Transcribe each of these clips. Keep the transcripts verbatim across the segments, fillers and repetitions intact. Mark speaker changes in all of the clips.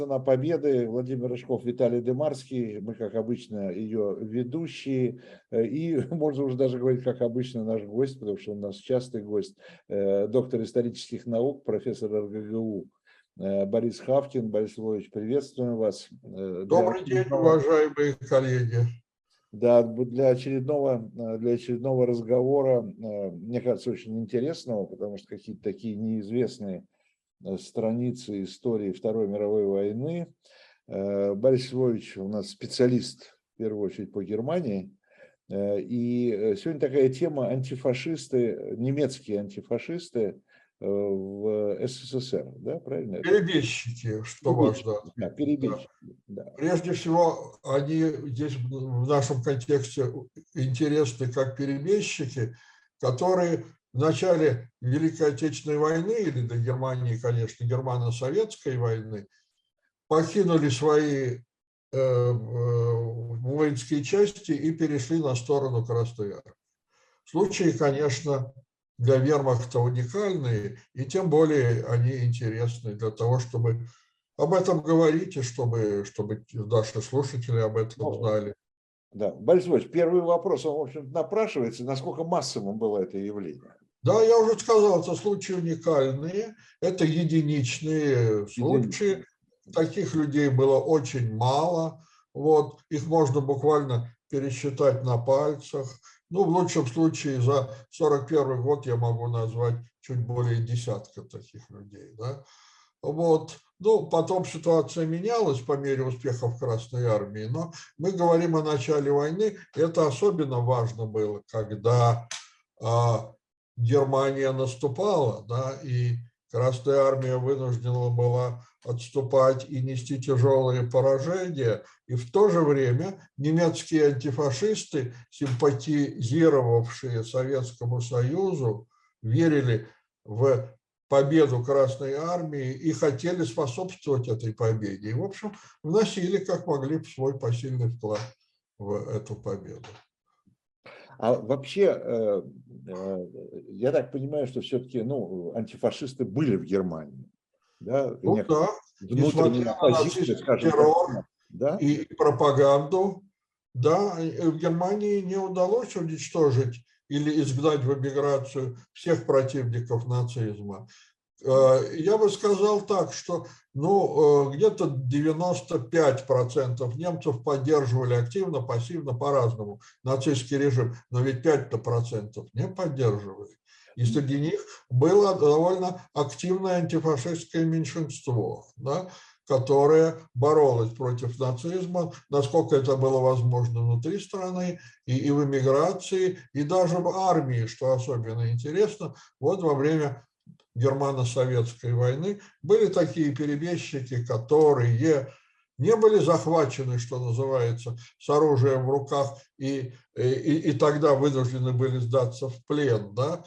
Speaker 1: На победы Владимир Рыжков, Виталий Демарский. Мы, как обычно, ее ведущие. И можно уже даже говорить, как обычно, наш гость, потому что он у нас частый гость, доктор исторических наук, профессор эр гэ гэ у Борис Хавкин. Борис Львович, приветствуем вас.
Speaker 2: Добрый день, уважаемые коллеги.
Speaker 1: Да, для очередного, для очередного разговора, мне кажется, очень интересного, потому что какие-то такие неизвестные страницы истории Второй мировой войны. Борис Львович у нас специалист, в первую очередь, по Германии. И сегодня такая тема: антифашисты, немецкие антифашисты в эс эс эс эр, да, правильно?
Speaker 2: Перебежчики, что
Speaker 1: Перебежчики,
Speaker 2: важно.
Speaker 1: да, перебежчики, да.
Speaker 2: Прежде всего, они здесь в нашем контексте интересны как перебежчики, которые в начале Великой Отечественной войны, или до Германии, конечно, германо-советской войны, покинули свои э, воинские части и перешли на сторону Красной Армии. Случаи, конечно, для вермахта уникальные, и тем более они интересны для того, чтобы об этом говорить, и чтобы, чтобы наши слушатели об этом знали.
Speaker 1: Да. Борис Львович, первый вопрос, он, в общем-то, напрашивается, насколько массовым было это явление?
Speaker 2: Да, я уже сказал, это случаи уникальные, это единичные случаи, таких людей было очень мало, вот, их можно буквально пересчитать на пальцах. Ну, в лучшем случае за сорок первый год я могу назвать чуть более десятка таких людей, да. Вот. Ну, потом ситуация менялась по мере успехов Красной Армии, но мы говорим о начале войны. Это особенно важно было, когда а, Германия наступала, да, и Красная Армия вынуждена была отступать и нести тяжелые поражения. И в то же время немецкие антифашисты, симпатизировавшие Советскому Союзу, верили в победу Красной Армии и хотели способствовать этой победе. И, в общем, вносили, как могли, свой посильный вклад в эту победу.
Speaker 1: А вообще, я так понимаю, что все-таки, ну, антифашисты были в Германии, да?
Speaker 2: Ну да, несмотря на нацистский террор да? и пропаганду, да, в Германии не удалось уничтожить или изгнать в эмиграцию всех противников нацизма. Я бы сказал так, что ну, где-то девяносто пять процентов немцев поддерживали активно, пассивно, по-разному нацистский режим, но ведь пять процентов не поддерживали. И среди них было довольно активное антифашистское меньшинство, да, которое боролось против нацизма, насколько это было возможно внутри страны, и, и в эмиграции, и даже в армии, что особенно интересно, вот во время германо-советской войны были такие перебежчики, которые не были захвачены, что называется, с оружием в руках, и, и, и тогда вынуждены были сдаться в плен, да,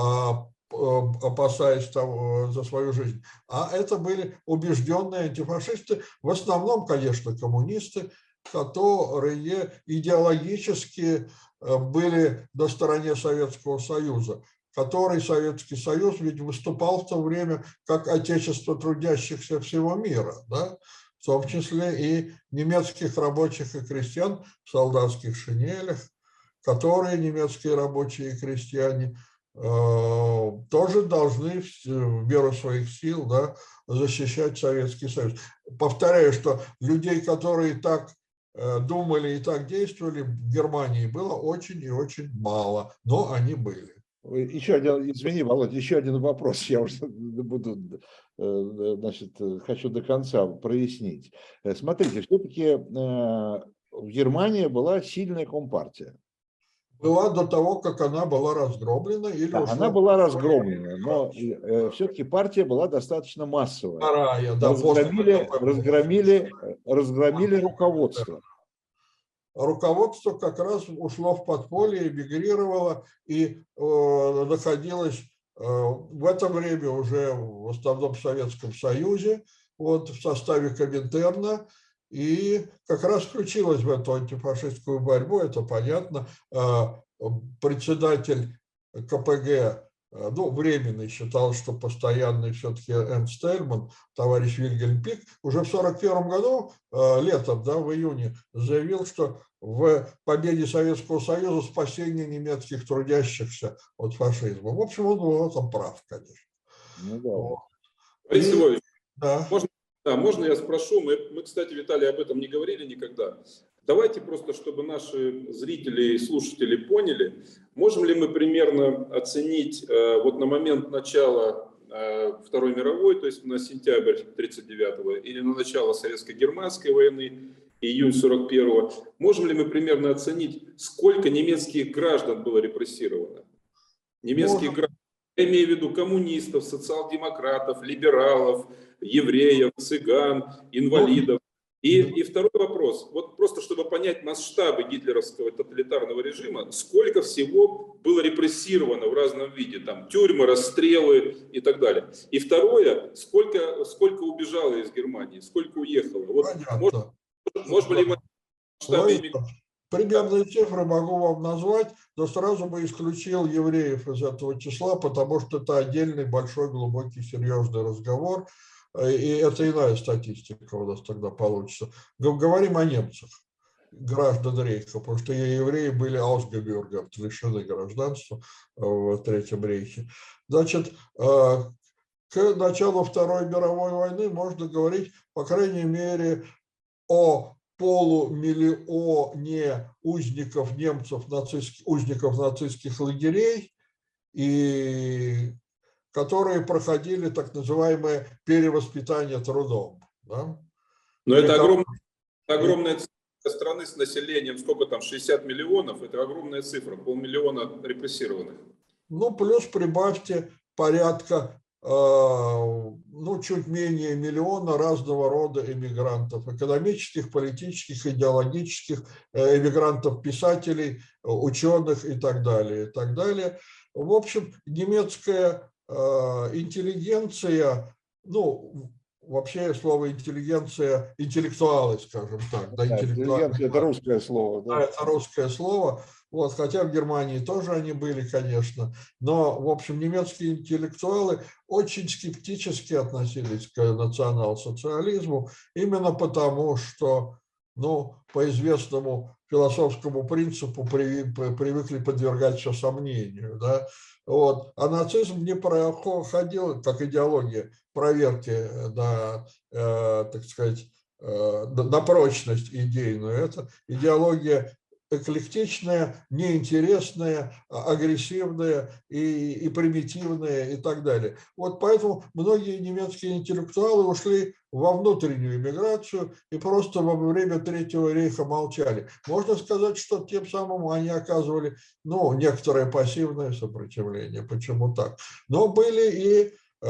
Speaker 2: опасаясь того, за свою жизнь. А это были убежденные антифашисты, в основном, конечно, коммунисты, которые идеологически были на стороне Советского Союза, который Советский Союз ведь выступал в то время как отечество трудящихся всего мира, да? В том числе и немецких рабочих и крестьян в солдатских шинелях, которые немецкие рабочие и крестьяне э, тоже должны в меру своих сил, да, защищать Советский Союз. Повторяю, что людей, которые так э, думали и так действовали, в Германии было очень и очень мало, но они были.
Speaker 1: Еще один, извини, Володя, еще один вопрос, я уже буду, значит, хочу до конца прояснить. Смотрите, все-таки в Германии была сильная компартия.
Speaker 2: Была до того, как она была разгромлена или
Speaker 1: да,
Speaker 2: ушла.
Speaker 1: Она была разгромлена, но все-таки партия была достаточно массовая.
Speaker 2: Вторая, да,
Speaker 1: разгромили, разгромили, разгромили руководство.
Speaker 2: Руководство как раз ушло в подполье, эмигрировало и э, находилось э, в это время уже в основном в Советском Союзе, вот, в составе Коминтерна, и как раз включилось в эту антифашистскую борьбу, это понятно. Э, председатель ка пэ гэ ну, временный, считал, что постоянный все-таки Эрнст Тельман, товарищ Вильгельм Пик, уже в сорок первом году, летом, да, в июне, заявил, что в победе Советского Союза спасение немецких трудящихся от фашизма. В общем, он был в этом прав, конечно.
Speaker 1: Ну, да.
Speaker 2: Вот.
Speaker 3: Борис Львович,
Speaker 2: да.
Speaker 3: можно, да, можно я спрошу? Мы, мы, кстати, Виталий, об этом не говорили никогда. Давайте просто, чтобы наши зрители и слушатели поняли, можем ли мы примерно оценить э, вот на момент начала э, Второй мировой, то есть на сентябрь тридцать девятого, или на начало Советско-германской войны, июнь сорок первого, можем ли мы примерно оценить, сколько немецких граждан было репрессировано? Немецких
Speaker 2: Можем.
Speaker 3: граждан, я имею в виду коммунистов, социал-демократов, либералов, евреев, цыган, инвалидов. И, и второй вопрос, вот просто чтобы понять масштабы гитлеровского тоталитарного режима, сколько всего было репрессировано в разном виде, там тюрьмы, расстрелы и так далее. И второе, сколько, сколько убежало из Германии, сколько уехало. Вот, может, может быть, мы масштабы...
Speaker 2: Примерные цифры могу вам назвать, но сразу бы исключил евреев из этого числа, потому что это отдельный большой, глубокий, серьезный разговор. И это иная статистика у нас тогда получится. Говорим о немцах, граждан Рейха, потому что евреи были аусгебюргер, лишены гражданства в Третьем Рейхе. Значит, к началу Второй мировой войны можно говорить, по крайней мере, о полумиллионе узников немцев, нацистских, узников нацистских лагерей, и которые проходили так называемое перевоспитание трудом. Да?
Speaker 3: Но это огромная, огромная цифра страны с населением, сколько там, шестьдесят миллионов, это огромная цифра, полмиллиона репрессированных.
Speaker 2: Ну, плюс прибавьте порядка, э, ну, чуть менее миллиона разного рода эмигрантов, экономических, политических, идеологических, э, эмигрантов, писателей, ученых и так далее, и так далее. В общем, немецкая интеллигенция, ну, вообще слово интеллигенция, интеллектуалы, скажем так. Да,
Speaker 1: да, интеллигенция – это русское слово. Да?
Speaker 2: Да, это русское слово. Вот, хотя в Германии тоже они были, конечно. Но, в общем, немецкие интеллектуалы очень скептически относились к национал-социализму, именно потому, что, ну, по известному философскому принципу привыкли подвергать все сомнению, да. Вот. А нацизм не проходил, как идеология, проверки на, э, так сказать, э, на прочность идейную. Это идеология эклектичная, неинтересная, агрессивная и, и примитивная и так далее. Вот поэтому многие немецкие интеллектуалы ушли во внутреннюю эмиграцию и просто во время Третьего рейха молчали. Можно сказать, что тем самым они оказывали, ну, некоторое пассивное сопротивление. Почему так? Но были и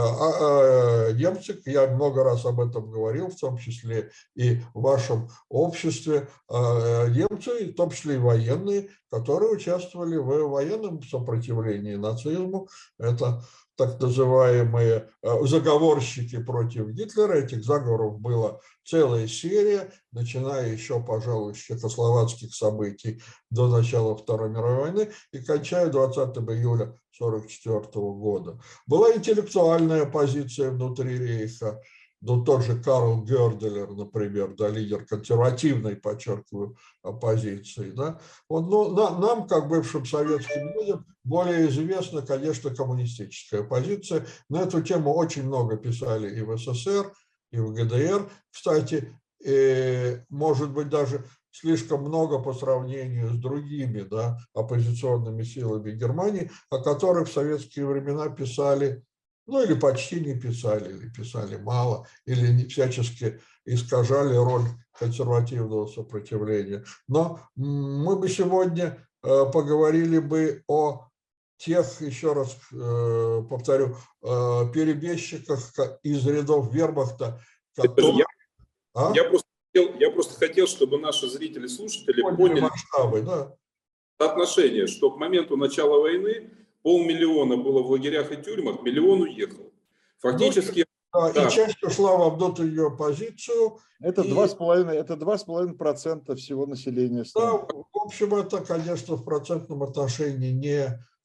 Speaker 2: немцы, я много раз об этом говорил, в том числе и в вашем обществе, немцы, в том числе и военные, которые участвовали в военном сопротивлении нацизму. Это так называемые заговорщики против Гитлера. Этих заговоров была целая серия, начиная еще, пожалуй, с чехословацких событий до начала Второй мировой войны и кончая двадцатого июля тысяча девятьсот сорок четвёртого года. Была интеллектуальная позиция внутри рейха. Ну, тот же Карл Гёрделер, например, да, лидер консервативной, подчеркиваю, оппозиции. Да. Вот, ну, на, нам, как бывшим советским людям, более известна, конечно, коммунистическая позиция. На эту тему очень много писали и в СССР, и в ГДР. Кстати, и, может быть, даже слишком много по сравнению с другими, да, оппозиционными силами Германии, о которых в советские времена писали, ну или почти не писали, или писали мало, или всячески искажали роль консервативного сопротивления. Но мы бы сегодня поговорили бы о тех, еще раз повторю, перебежчиках из рядов вермахта, которые...
Speaker 3: Я, а? я, просто хотел, я просто хотел, чтобы наши зрители, слушатели поняли, поняли
Speaker 2: масштабы, да.
Speaker 3: Отношение, что к моменту начала войны полмиллиона было в лагерях и тюрьмах, миллион уехал. Фактически...
Speaker 2: Ну, да, и часть ушла во внутреннюю оппозицию.
Speaker 1: Это два с половиной процента всего населения страны.
Speaker 2: Да, в общем, это, конечно, в процентном отношении не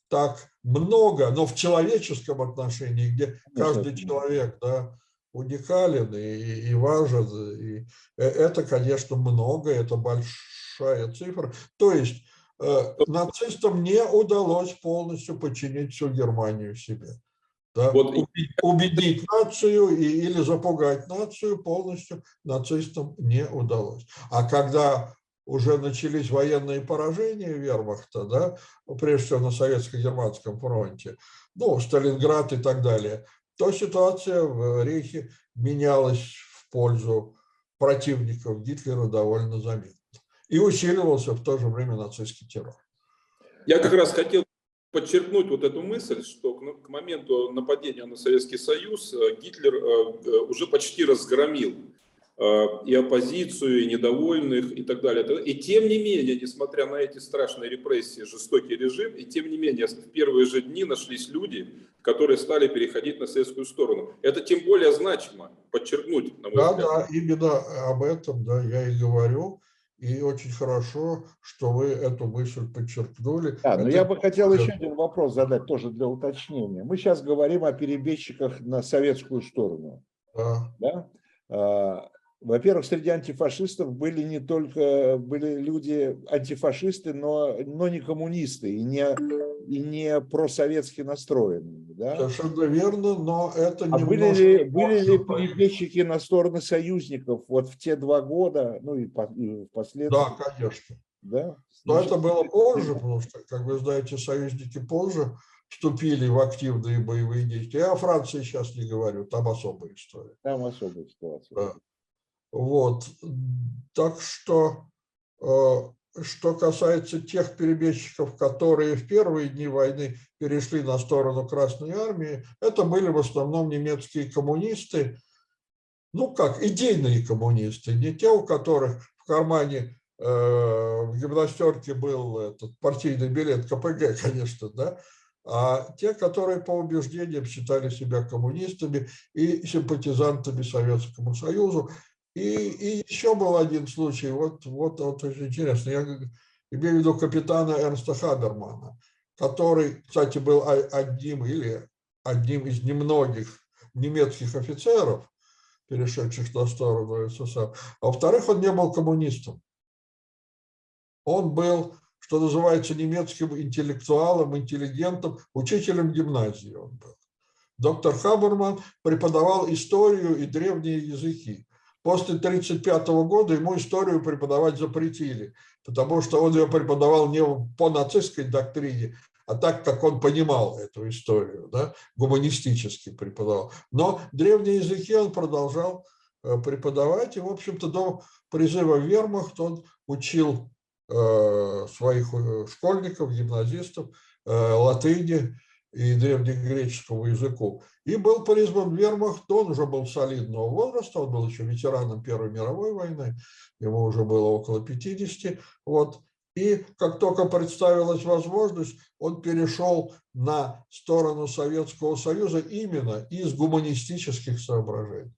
Speaker 2: так много, но в человеческом отношении, где каждый человек, да, уникален и, и важен, и это, конечно, много, это большая цифра. То есть э, нацистам не удалось полностью подчинить всю Германию себе. Да?
Speaker 3: Вот.
Speaker 2: Убедить нацию и, или запугать нацию полностью нацистам не удалось. А когда уже начались военные поражения вермахта, да, прежде всего на советско-германском фронте, ну, Сталинград и так далее, то ситуация в Рейхе менялась в пользу противников Гитлера довольно заметно. И усиливался в то же время нацистский террор.
Speaker 3: Я как раз хотел подчеркнуть вот эту мысль, что к моменту нападения на Советский Союз Гитлер уже почти разгромил и оппозицию, и недовольных, и так далее. И тем не менее, несмотря на эти страшные репрессии, жестокий режим, и тем не менее, в первые же дни нашлись люди, которые стали переходить на советскую сторону. Это тем более значимо подчеркнуть, на мой
Speaker 2: да,
Speaker 3: взгляд.
Speaker 2: Да, именно об этом, да, я и говорю. И очень хорошо, что вы эту мысль подчеркнули.
Speaker 1: Да, но
Speaker 2: это...
Speaker 1: я бы хотел еще один вопрос задать, тоже для уточнения. Мы сейчас говорим о перебежчиках на советскую сторону.
Speaker 2: Да.
Speaker 1: Да? Во-первых, среди антифашистов были не только были люди антифашисты, но, но не коммунисты и не, и не просоветски настроенные. Да?
Speaker 2: Совершенно верно, но это
Speaker 1: а
Speaker 2: немножко...
Speaker 1: были ли, были ли перебежчики на сторону союзников вот в те два года, ну и, по, и впоследствии?
Speaker 2: Да, конечно.
Speaker 1: Да?
Speaker 2: Но Значит, это было позже, потому что, как вы знаете, союзники позже вступили в активные боевые действия. Я о Франции сейчас не говорю, там особая история.
Speaker 1: Там особая ситуация.
Speaker 2: Да. Вот. Так что, что касается тех перебежчиков, которые в первые дни войны перешли на сторону Красной Армии, это были в основном немецкие коммунисты, ну как, идейные коммунисты, не те, у которых в кармане в гимнастерке был этот партийный билет ка пэ гэ, конечно, да, а те, которые по убеждениям считали себя коммунистами и симпатизантами Советскому Союзу. И, и еще был один случай, вот, вот, вот очень интересно, я имею в виду капитана Эрнста Хабермана, который, кстати, был одним или одним из немногих немецких офицеров, перешедших на сторону эс эс эс эр, а во-вторых, он не был коммунистом. Он был, что называется, немецким интеллектуалом, интеллигентом, учителем гимназии он был. Доктор Хаберман преподавал историю и древние языки. После тысяча девятьсот тридцать пятого года ему историю преподавать запретили, потому что он ее преподавал не по нацистской доктрине, а так, как он понимал эту историю, да, гуманистически преподавал. Но древние языки он продолжал преподавать, и, в общем-то, до призыва в вермахт он учил своих школьников, гимназистов латыни и древнегреческому языку. И был призван в вермахт, он уже был солидного возраста, он был еще ветераном Первой мировой войны, ему уже было около пятидесяти. Вот. И как только представилась возможность, он перешел на сторону Советского Союза именно из гуманистических соображений.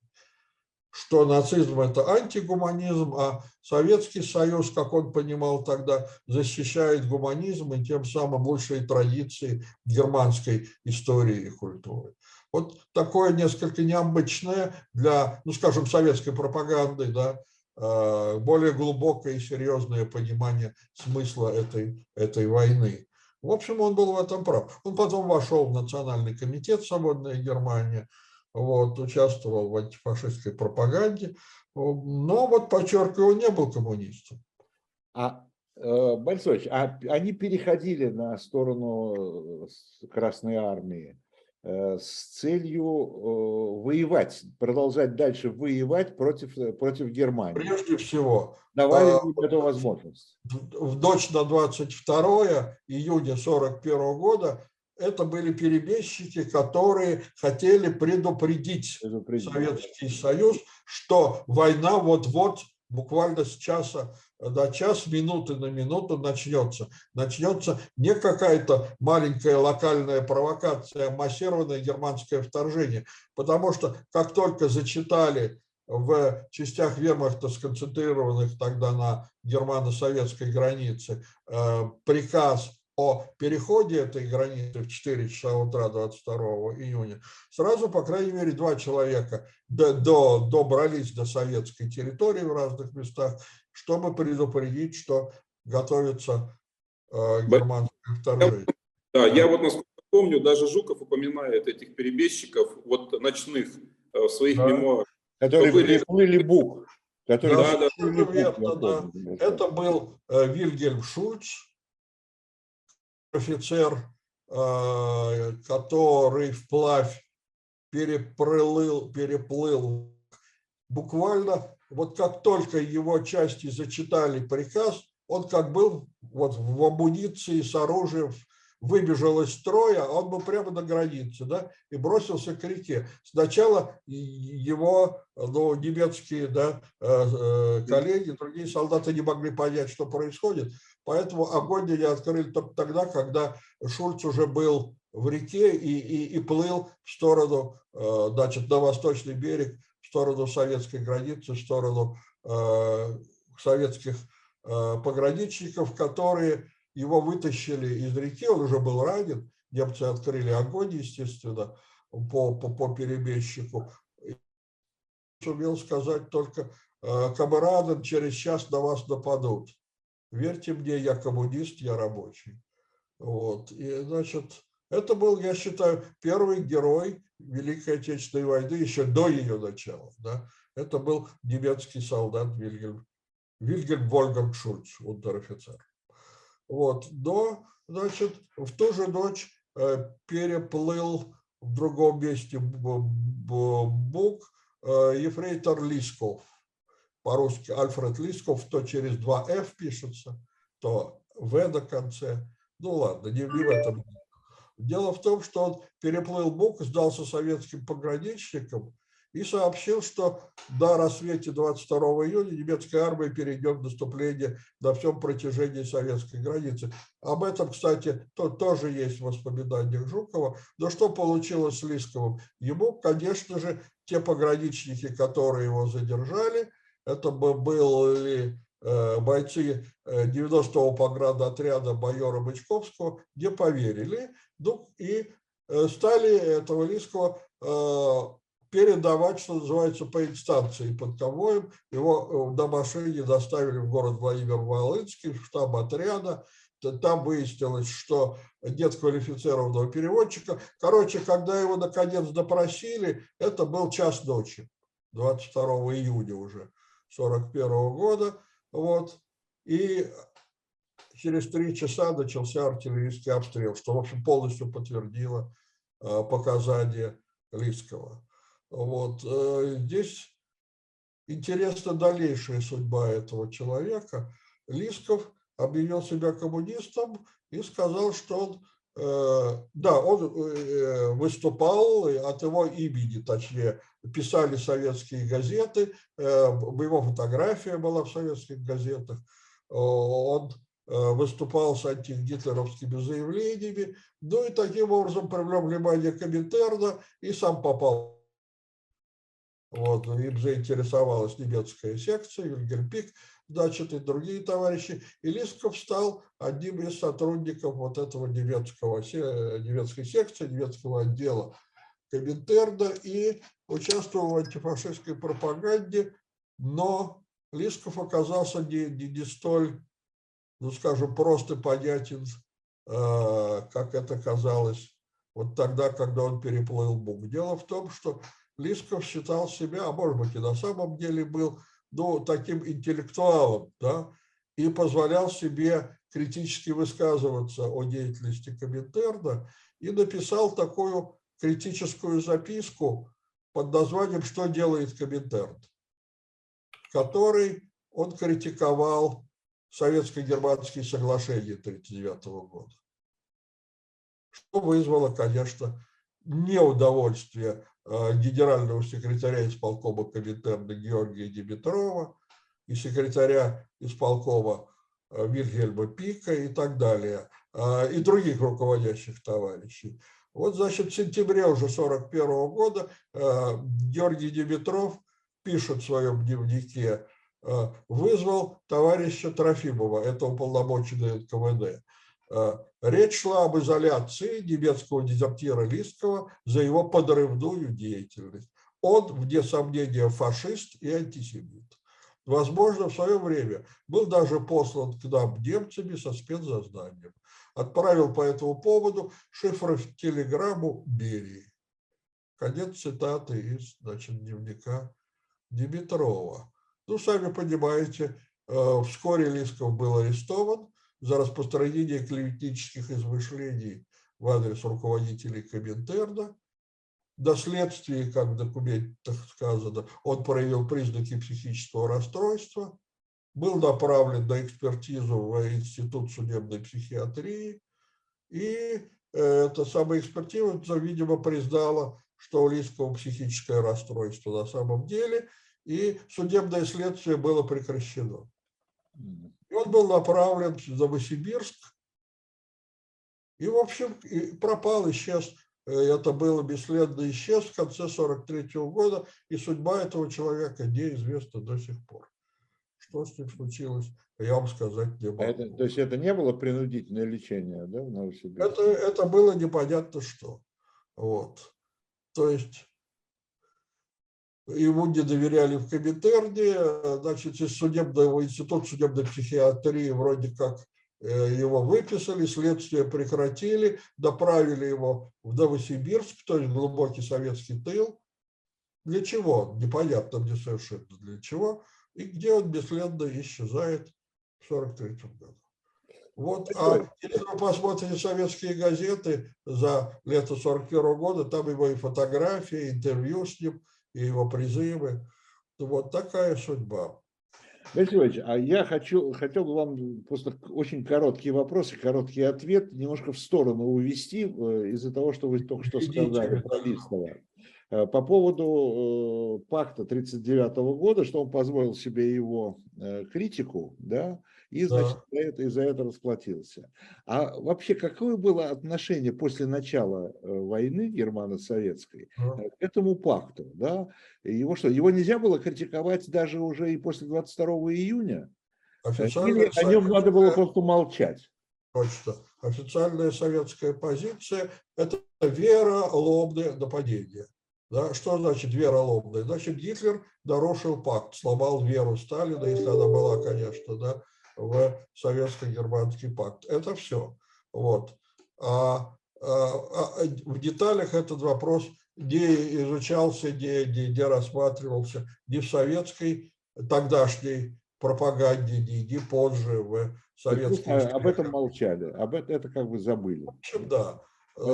Speaker 2: Что нацизм – это антигуманизм, а Советский Союз, как он понимал тогда, защищает гуманизм и тем самым лучшие традиции германской истории и культуры. Вот такое несколько необычное для, ну, скажем, советской пропаганды, да, более глубокое и серьезное понимание смысла этой, этой войны. В общем, он был в этом прав. Он потом вошел в Национальный комитет «Свободная Германия», вот, участвовал в антифашистской пропаганде, но, вот подчеркиваю, он не был коммунистом.
Speaker 1: А, Борисович, а они переходили на сторону Красной Армии с целью воевать, продолжать дальше воевать против, против Германии?
Speaker 2: Прежде всего.
Speaker 1: Давали им эту возможность?
Speaker 2: В ночь на двадцать второе июня сорок первого года это были перебежчики, которые хотели предупредить, предупредить Советский Союз, что война вот-вот, буквально с часа до часа, минуты на минуту начнется. Начнется не какая-то маленькая локальная провокация, а массированное германское вторжение. Потому что как только зачитали в частях вермахта, сконцентрированных тогда на германо-советской границе, приказ о переходе этой границы в четыре часа утра двадцать второго июня, сразу, по крайней мере, два человека до, до, добрались до советской территории в разных местах, чтобы предупредить, что готовится э, германское вторжение.
Speaker 3: Да, я вот, насколько помню, даже Жуков упоминает этих перебежчиков, вот ночных, в своих да. мемуарах.
Speaker 1: Которые были... переплыли Буг. Который
Speaker 2: да, да, верно, да. Это был э, Вильгельм Шульц, офицер, э, который вплавь переплыл, переплыл. Буквально, вот как только его части зачитали приказ, он как был вот в амуниции с оружием, выбежал из строя, он был прямо на границе, да, и бросился к реке. Сначала его, ну, немецкие, да, коллеги, другие солдаты не могли понять, что происходит, поэтому огонь они открыли только тогда, когда Шульц уже был в реке и, и, и плыл в сторону, значит, на восточный берег, в сторону советской границы, в сторону э, советских э, пограничников, которые его вытащили из реки, он уже был ранен, немцы открыли огонь, естественно, по, по, по перебежчику. И сумел сказать только: камрадам, через час на вас нападут. Верьте мне, я коммунист, я рабочий. Вот. И, значит, это был, я считаю, первый герой Великой Отечественной войны, еще до ее начала. Да? Это был немецкий солдат Вильгельм, Вильгельм Вольфганг Шульц, унтер-офицер. Вот. Но, значит, в ту же ночь э, переплыл в другом месте Буг э, ефрейтор Лисков. По-русски Альфред Лисков, то через два эф пишется, то В на конце. Ну ладно, не, не в этом. Дело в том, что он переплыл Буг, сдался советским пограничникам и сообщил, что до рассвете двадцать второго июня немецкая армия перейдет в наступление на всем протяжении советской границы. Об этом, кстати, то, тоже есть в воспоминаниях Жукова. Но что получилось с Лисковым? Ему, конечно же, те пограничники, которые его задержали, это были бойцы девяностого поградотряда майора Бычковского, не поверили, ну и стали этого Лискова передавать, что называется, по инстанции под конвоем. Его на машине доставили в город Владимир-Волынский, в штаб отряда. Там выяснилось, что нет квалифицированного переводчика. Короче, когда его наконец допросили, это был час ночи, двадцать второго июня уже сорок первого года. Вот. И через три часа начался артиллерийский обстрел, что, в общем, полностью подтвердило э, показания Лискова. Вот. Э, здесь интересна дальнейшая судьба этого человека. Лисков объявил себя коммунистом и сказал, что он, э, да, он э, выступал от его имени, точнее, писали советские газеты, э, его фотография была в советских газетах, он выступал с антигитлеровскими заявлениями, ну и таким образом привлек внимание Коминтерна и сам попал. Вот, им заинтересовалась немецкая секция, Вильгельм Пик, значит, и другие товарищи. И Лисков стал одним из сотрудников вот этого немецкого, немецкой секции, немецкого отдела Коминтерна и участвовал в антифашистской пропаганде, но Лисков оказался не, не, не столь, ну, скажем, просто понятен, как это казалось вот тогда, когда он переплыл Буг. Дело в том, что Лисков считал себя, а может быть и на самом деле был, ну, таким интеллектуалом, да, и позволял себе критически высказываться о деятельности Коминтерна и написал такую критическую записку под названием «Что делает Коминтерн?», в которой он критиковал советско-германские соглашения тысяча девятьсот тридцать девятого года, что вызвало, конечно, неудовольствие генерального секретаря исполкома Коминтерна Георгия Димитрова и секретаря исполкома Вильгельма Пика и так далее, и других руководящих товарищей. Вот, значит, в сентябре уже сорок первого года Георгий Димитров пишет в своем дневнике: вызвал товарища Трофимова, это уполномоченный эн ка вэ дэ, Речь шла об изоляции немецкого дезертира Лисского за его подрывную деятельность. Он, вне сомнения, фашист и антисемит. Возможно, в свое время был даже послан к нам немцами со спецзаданием. Отправил по этому поводу шифров телеграмму Берии. Конец цитаты из, значит, дневника Димитрова. Ну, сами понимаете, вскоре Лисков был арестован за распространение клеветнических измышлений в адрес руководителей Коминтерна. До следствия, как в документах сказано, он проявил признаки психического расстройства, был направлен на экспертизу в Институт судебной психиатрии, и эта самая экспертиза, видимо, признала, что у Лисского психическое расстройство на самом деле, и судебное следствие было прекращено. И он был направлен в Новосибирск, и, в общем, и пропал, исчез. Это было бесследно исчез в конце сорок третьего года, и судьба этого человека неизвестна до сих пор. Что с ним случилось, я вам сказать не могу.
Speaker 1: Это, то есть это не было принудительное лечение, да, в Новосибирске?
Speaker 2: Это, это было непонятно что. Вот. То есть ему не доверяли в Коминтерне, значит, из судебного института судебной психиатрии вроде как его выписали, следствие прекратили, доправили его в Новосибирск, то есть глубокий советский тыл. Для чего? Непонятно мне совершенно для чего. И где он бесследно исчезает в сорок третьем году. Вот, а если вы посмотрите советские газеты за лето сорок первого года, там его и фотографии, и интервью с ним, и его призывы. Вот такая судьба.
Speaker 1: Борис Иванович, а я хочу, хотел бы вам просто очень короткий вопрос и короткий ответ немножко в сторону увести из-за того, что вы только что сказали про Листова. По поводу пакта тридцать девятого года, что он позволил себе его критику, да, и, значит, да. за это, и за это расплатился. А вообще, какое было отношение после начала войны германо-советской да. к этому пакту? Да? Его что, его нельзя было критиковать даже уже и после двадцать второго июня? Или о нем надо было просто молчать?
Speaker 2: Точно. Официальная советская позиция – это вероломное нападение. Да, что значит вероломное? Значит, Гитлер нарушил пакт, сломал веру Сталина, если она была, конечно, да, в советско-германский пакт. Это все. Вот. А, а, а в деталях этот вопрос не изучался, не, не, не рассматривался ни в советской тогдашней пропаганде, ни, ни позже в советской.
Speaker 1: Об этом молчали, об этом это как бы забыли.
Speaker 2: В общем, да.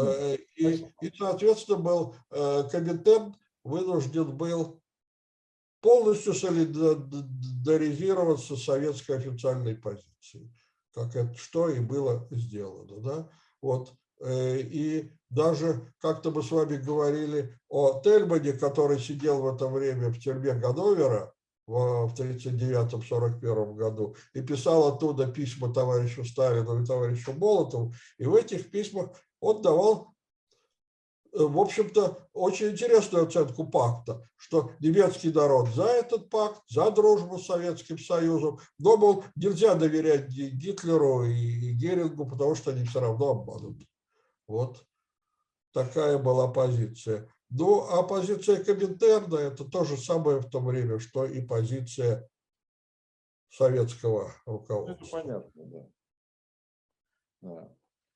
Speaker 2: И, и, соответственно, был Коминтерн вынужден был полностью солидаризироваться с советской официальной позицией, как это что и было сделано. Да? Вот. И даже как-то мы с вами говорили о Тельмане, который сидел в это время в тюрьме Ганновера в тридцать девятом — сорок первом году и писал оттуда письма товарищу Сталину и товарищу Молотову, и в этих письмах он давал, в общем-то, очень интересную оценку пакта, что немецкий народ за этот пакт, за дружбу с Советским Союзом, но, мол, нельзя доверять Гитлеру и Герингу, потому что они все равно обманут. Вот такая была позиция. Ну, а позиция Коминтерна – это то же самое в то время, что и позиция советского руководства.
Speaker 1: Это понятно, да. Да.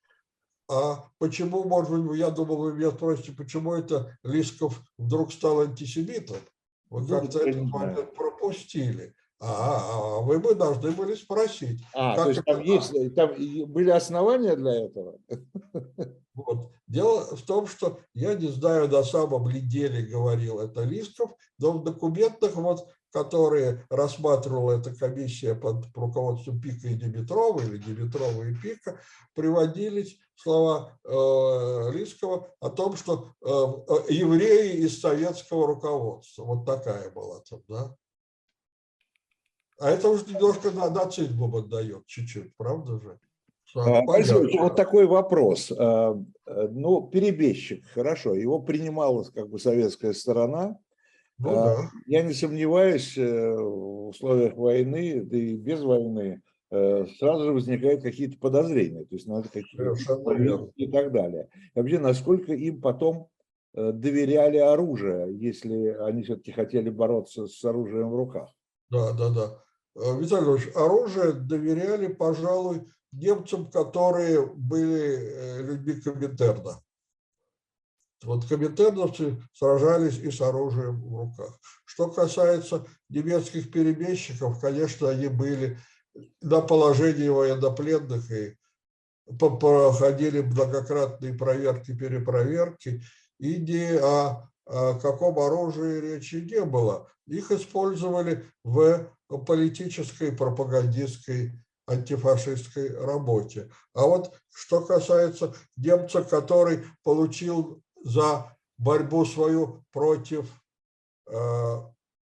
Speaker 2: А почему, может быть, я думал, вы меня спросите, почему это Лисков вдруг стал антисемитом? Вы как-то этот момент пропустили. А, а вы бы должны были спросить.
Speaker 1: А, то есть там, есть, там были основания для этого?
Speaker 2: Вот. Дело в том, что я не знаю, на самом ли деле говорил это Лисков, но в документах, вот, которые рассматривала эта комиссия под руководством Пика и Димитрова, или Димитрова и Пика, приводились слова э, Лискова о том, что э, евреи из советского руководства. Вот такая была там, да. А это уже немножко нацизмом отдает, чуть-чуть, правда же?
Speaker 1: Борисович, вот такой вопрос. Ну, перебежчик, хорошо, его принимала как бы советская сторона. Ну, да. Я не сомневаюсь, в условиях войны, да и без войны, сразу же возникают какие-то подозрения, то есть надо какие-то и так далее. И вообще, насколько им потом доверяли оружие, если они все-таки хотели бороться с оружием в руках?
Speaker 2: Да, да, да. Виталий Ильич, оружие доверяли, пожалуй, немцам, которые были людьми Коминтерна. Вот коминтерновцы сражались и с оружием в руках. Что касается немецких перебежчиков, конечно, они были на положении военнопленных и проходили многократные проверки, перепроверки, и ни о, о каком оружии речи не было. Их использовали в политической, пропагандистской, антифашистской работе. А вот что касается немца, который получил за борьбу свою против э,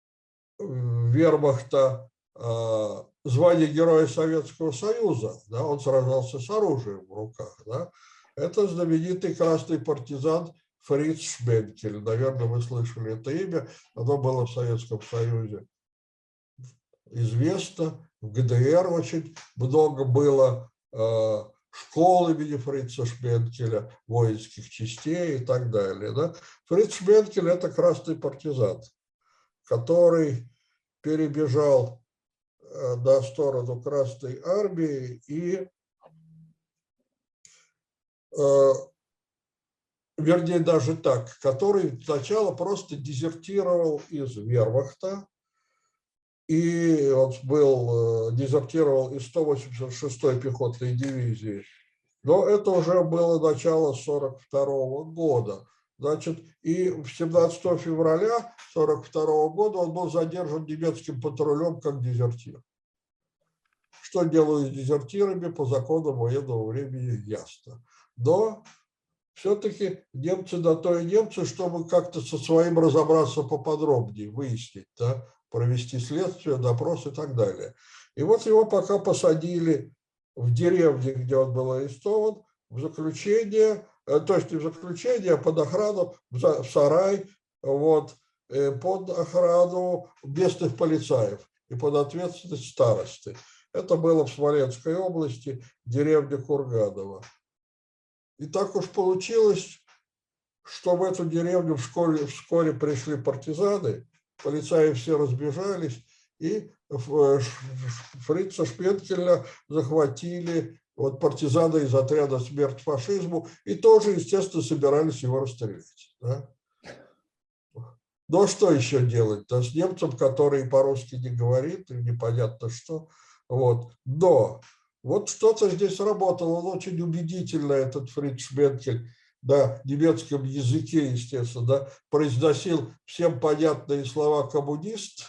Speaker 2: вермахта э, звание Героя Советского Союза, да, он сражался с оружием в руках, да, это знаменитый красный партизан Фриц Шменкель. Наверное, вы слышали это имя, оно было в Советском Союзе известно, в ГДР очень много было э, школ имени Фрица Шменкеля, воинских частей и так далее. Да? Фриц Шменкель – это красный партизан, который перебежал э, на сторону Красной Армии и, э, вернее, даже так, который сначала просто дезертировал из вермахта, и он был, дезертировал из сто восемьдесят шестой пехотной дивизии. Но это уже было начало сорок второго года. Значит, и семнадцатого февраля сорок второго года он был задержан немецким патрулем как дезертир. Что делают с дезертирами по законам военного времени, ясно. Но все-таки немцы на то и немцы, чтобы как-то со своим разобраться поподробнее, выяснить, да, провести следствие, допрос и так далее. И вот его пока посадили в деревне, где он был арестован, в заключение, то есть не в заключение, а под охрану, в сарай, вот, под охрану местных полицаев и под ответственность старосты. Это было в Смоленской области, деревня Курганово. И так уж получилось, что в эту деревню вскоре, вскоре пришли партизаны, полицаи все разбежались, и Фрица Шменкеля захватили вот, партизаны из отряда «Смерть фашизму» и тоже, естественно, собирались его расстрелять. Да? Но что еще делать? Да, с немцем, который по-русски не говорит, и непонятно что. Вот. Но вот что-то здесь работало, он очень убедительно, этот Фриц Шменкель, на немецком языке, естественно, да, произносил всем понятные слова коммунист,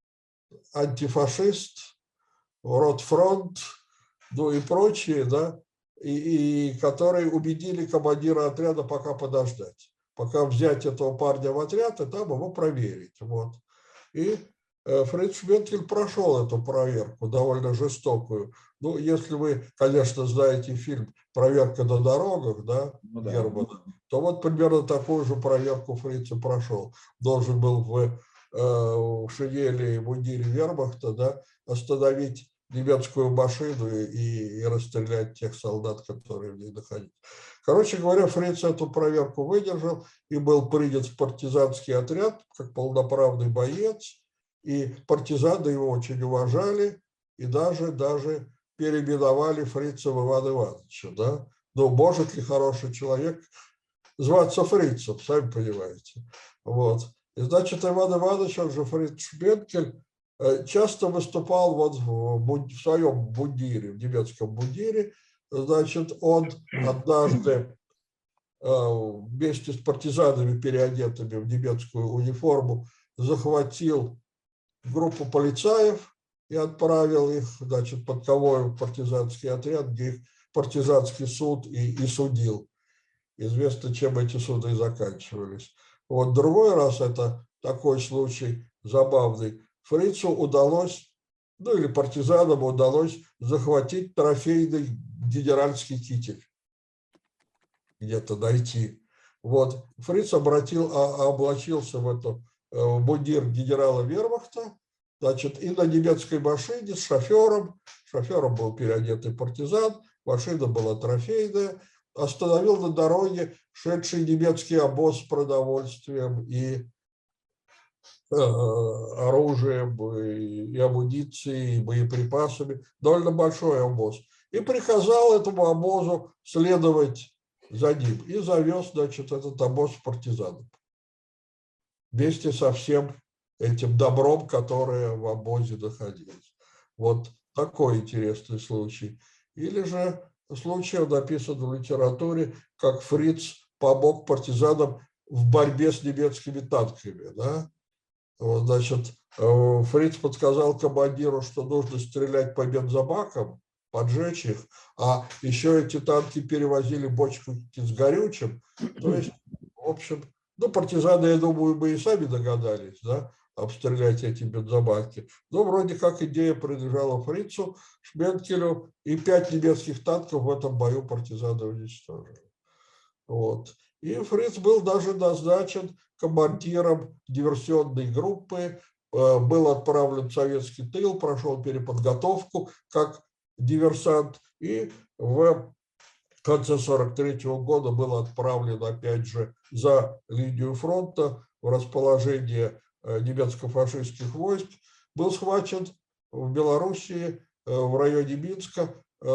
Speaker 2: антифашист, ротфронт, ну и прочие, да, и, и которые убедили командира отряда пока подождать, пока взять этого парня в отряд и там его проверить. Вот. И Фриц Шменкель прошел эту проверку, довольно жестокую. Ну, если вы, конечно, знаете фильм «Проверка на дорогах», да, ну, да, Германа, то вот примерно такую же проверку Фриц прошел. Должен был в, э, в шинели и мундире вермахта, да, остановить немецкую машину и, и расстрелять тех солдат, которые в ней находились. Короче говоря, Фриц эту проверку выдержал и был принят в партизанский отряд как полноправный боец. И партизаны его очень уважали и даже, даже переименовали Фрица в Ивана Ивановича. Да? Но может ли хороший человек зваться Фрицем, сами понимаете. Вот. И значит, Иван Иванович, он же Фриц Шменкель, часто выступал вот в, в своем мундире, в немецком мундире. Значит, он однажды вместе с партизанами, переодетыми в немецкую униформу, захватил группу полицаев и отправил их, значит, под конвоем в партизанский отряд, где их партизанский суд и, и судил. Известно, чем эти суды заканчивались. Вот другой раз, это такой случай забавный, Фрицу удалось, ну или партизанам удалось захватить трофейный генеральский китель, где-то найти. Вот. Фриц обратил, а, облачился в эту в мундир генерала вермахта, значит, и на немецкой машине с шофером шофером был переодетый партизан, машина была трофейная, остановил на дороге шедший немецкий обоз с продовольствием и э, оружием, и, и амуницией, и боеприпасами, довольно большой обоз, и приказал этому обозу следовать за ним, и завез, значит, этот обоз партизанов вместе со всем этим добром, которое в обозе находилось. Вот такой интересный случай. Или же случай, написан в литературе, как Фриц помог партизанам в борьбе с немецкими танками. Да? Вот, значит, Фриц подсказал командиру, что нужно стрелять по бензобакам, поджечь их, а еще эти танки перевозили бочку с горючим. То есть, в общем, ну, партизаны, я думаю, бы и сами догадались, да, обстрелять эти бензобаки. Но вроде как идея принадлежала Фрицу, Шменкелю, и пять немецких танков в этом бою партизаны уничтожили. Вот. И Фриц был даже назначен командиром диверсионной группы, был отправлен в советский тыл, прошел переподготовку как диверсант, и в конце сорок третьего года был отправлен опять же за линию фронта в расположение немецко-фашистских войск, был схвачен в Белоруссии, в районе Минска,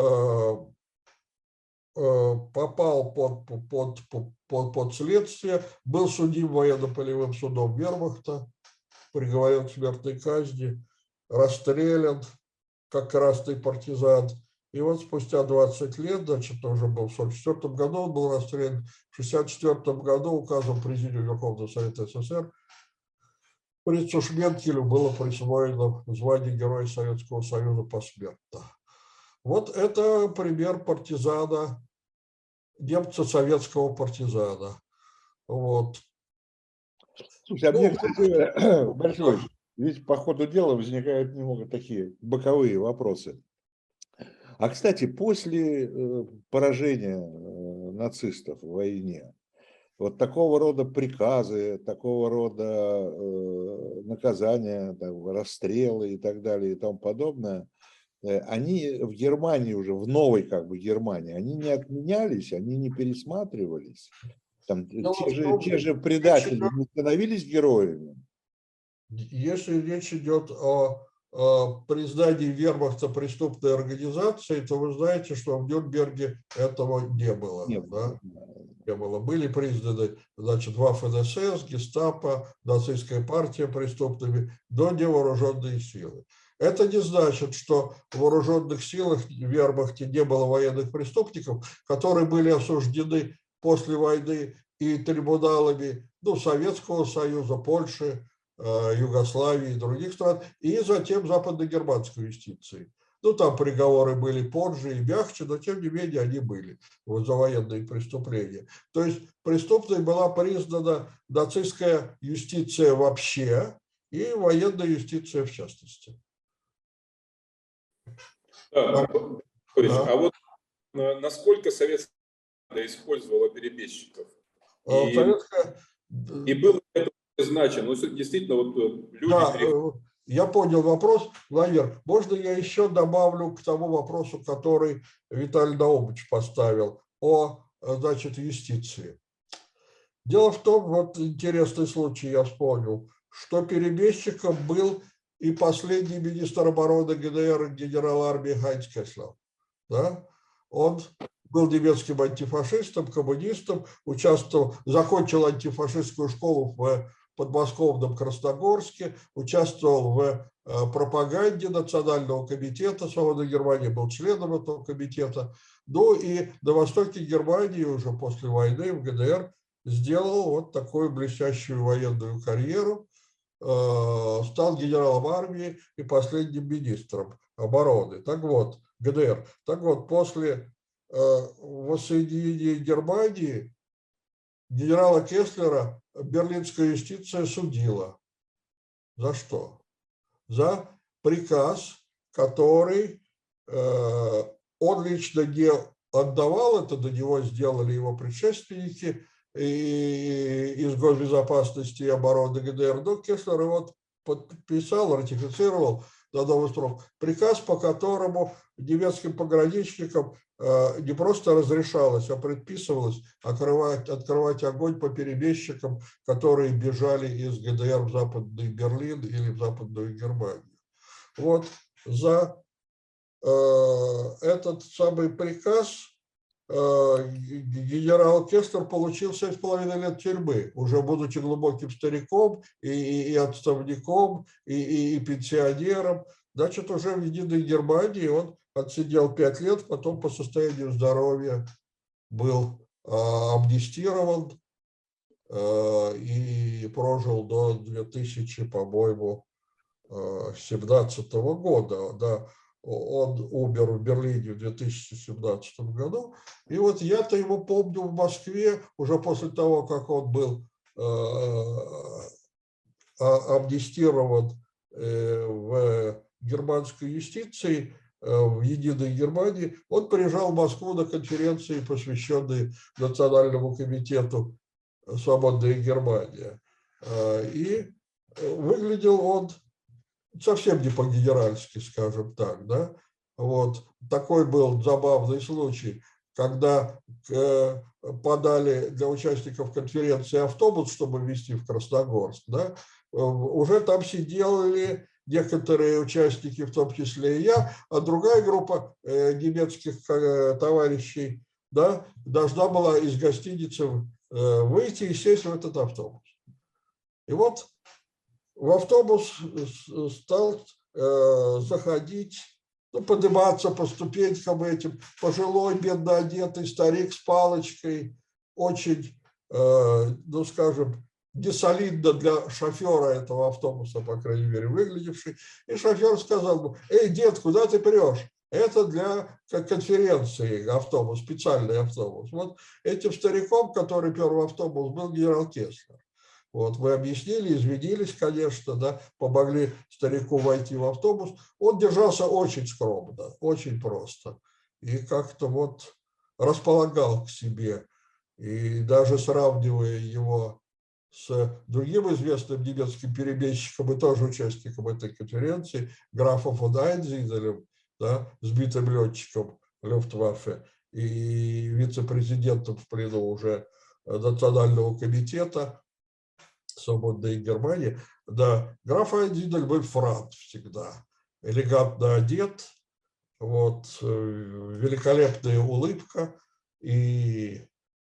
Speaker 2: попал под, под, под, под следствие, был судим военно-полевым судом Вермахта, приговорен к смертной казни, расстрелян как красный партизан. И вот спустя двадцать лет, значит, уже был в сорок четвёртом году, он был расстрелян, в шестьдесят четвёртом году указом Президиума Верховного Совета СССР Фрицу Шменкелю было присвоено звание Героя Советского Союза посмертно. Вот это пример партизана, немца советского партизана. Вот.
Speaker 1: Слушай, а
Speaker 2: ну,
Speaker 1: мне, кстати, большой, ведь по ходу дела возникают немного такие боковые вопросы. А, кстати, после поражения нацистов в войне, вот такого рода приказы, такого рода наказания, там, расстрелы и так далее и тому подобное, они в Германии уже, в новой как бы Германии, они не отменялись, они не пересматривались. Там,
Speaker 2: ну,
Speaker 1: те, же, те же предатели не становились героями.
Speaker 2: Если речь идет о, о признании Вермахта преступной организацией, то вы знаете, что в Нюрнберге этого не было.
Speaker 1: Нет,
Speaker 2: да? не было. Были признаны, значит, Waffen-эс эс, гестапо, нацистская партия преступными, но не вооруженные силы. Это не значит, что в вооруженных силах в Вермахте не было военных преступников, которые были осуждены после войны и трибуналами, ну, Советского Союза, Польши, Югославии и других стран, и затем западно-германской юстиции. Ну, там приговоры были позже и мягче, но тем не менее они были вот, за военные преступления. То есть преступной была признана нацистская юстиция вообще и военная юстиция в частности.
Speaker 3: Да, да. А вот насколько советская использовала перебежчиков? И,
Speaker 2: советская...
Speaker 3: и было это значимо? Ну, действительно, вот люди...
Speaker 2: Да, я понял вопрос. Владимир, можно я еще добавлю к тому вопросу, который Виталий Наумович поставил о, значит, юстиции. Дело в том, вот интересный случай я вспомнил, что перебежчиком был и последний министр обороны ГДР генерал армии Хайнц Кеслер. Да? Он был немецким антифашистом, коммунистом, участвовал, закончил антифашистскую школу в подмосковном Красногорске, участвовал в пропаганде Национального комитета Свободной Германии, был членом этого комитета. Ну и на востоке Германии уже после войны в ГДР сделал вот такую блестящую военную карьеру, стал генералом армии и последним министром обороны. Так вот, ГДР. Так вот, после воссоединения Германии генерала Кеслера берлинская юстиция судила. За что? За приказ, который э, он лично не отдавал, это до него сделали его предшественники и, из госбезопасности и обороны ГДР, но Кеслер его подписал, ратифицировал до новых строк. Приказ, по которому немецким пограничникам не просто разрешалось, а предписывалось открывать, открывать огонь по перебежчикам, которые бежали из ГДР в Западный Берлин или в Западную Германию. Вот за э, этот самый приказ э, генерал Кесслер получил семь с половиной лет тюрьмы, уже будучи глубоким стариком и, и, и отставником, и, и, и пенсионером. Значит, уже в Единой Германии он отсидел пять лет, потом по состоянию здоровья был э, амнистирован э, и прожил до две тысячи, по-моему, семнадцатого года. Да, он умер в Берлине в две тысячи семнадцатом году. И вот я-то его помню в Москве уже после того, как он был э, амнистирован э, в германской юстиции, в Единой Германии, он приезжал в Москву на конференции, посвященные Национальному комитету «Свободная Германия». И выглядел он совсем не по-генеральски, скажем так, да. Вот такой был забавный случай, когда подали для участников конференции автобус, чтобы везти в Красногорск, да, уже там сидели некоторые участники, в том числе и я, а другая группа э, немецких э, товарищей, да, должна была из гостиницы э, выйти и сесть в этот автобус. И вот в автобус стал э, заходить, ну, подниматься по ступенькам этим, пожилой, бедно одетый старик с палочкой, очень, э, ну, скажем, несолидно для шофера этого автобуса, по крайней мере, выглядевший. И шофер сказал ему: «Эй, дед, куда ты прешь? Это для конференции автобус, специальный автобус». Вот этим стариком, который пер в автобус, был генерал Кесслер. Вот, мы объяснили, извинились, конечно, да, помогли старику войти в автобус. Он держался очень скромно, очень просто. И как-то вот располагал к себе. И даже сравнивая его с другим известным немецким перебежчиком и тоже участником этой конференции, графом фон Айнзиделем, да, сбитым летчиком Люфтваффе и вице-президентом в плену уже Национального комитета «Свободной Германии», да, граф Айнзидель был франт всегда, элегантно одет, вот, великолепная улыбка, и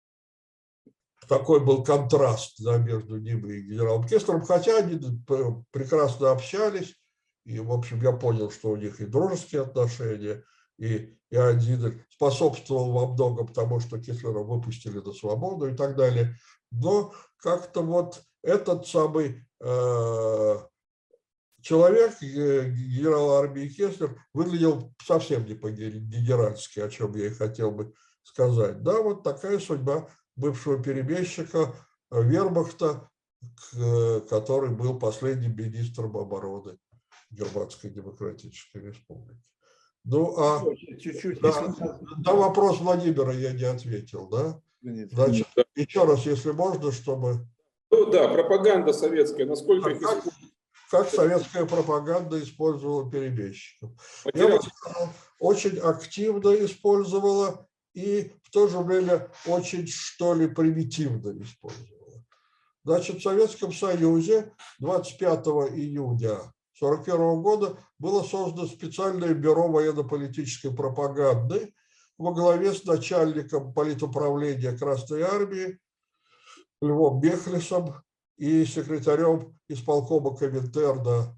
Speaker 2: такой был контраст, да, между ним и генералом Кесслером, хотя они прекрасно общались, и, в общем, я понял, что у них и дружеские отношения, и, и Айнзидель способствовал во многом тому, что Кесслера выпустили на свободу и так далее. Но как-то вот этот самый э, человек, генерал армии Кесслер, выглядел совсем не по-генеральски, о чем я и хотел бы сказать. Да, вот такая судьба бывшего перебежчика вермахта, который был последним министром обороны Германской Демократической Республики. Ну, а чуть-чуть. Да, на вопрос Владимира я не ответил, да? Значит, еще раз, если можно, чтобы...
Speaker 3: Ну да, пропаганда советская, насколько их
Speaker 2: как, как советская пропаганда использовала перебежчиков? Я бы сказал, очень активно использовала и в то же время очень, что ли, примитивно использовала. Значит, в Советском Союзе двадцать пятого июня тысяча девятьсот сорок первого года было создано специальное бюро военно-политической пропаганды во главе с начальником политуправления Красной Армии Львом Мехлисом и секретарем исполкома Коминтерна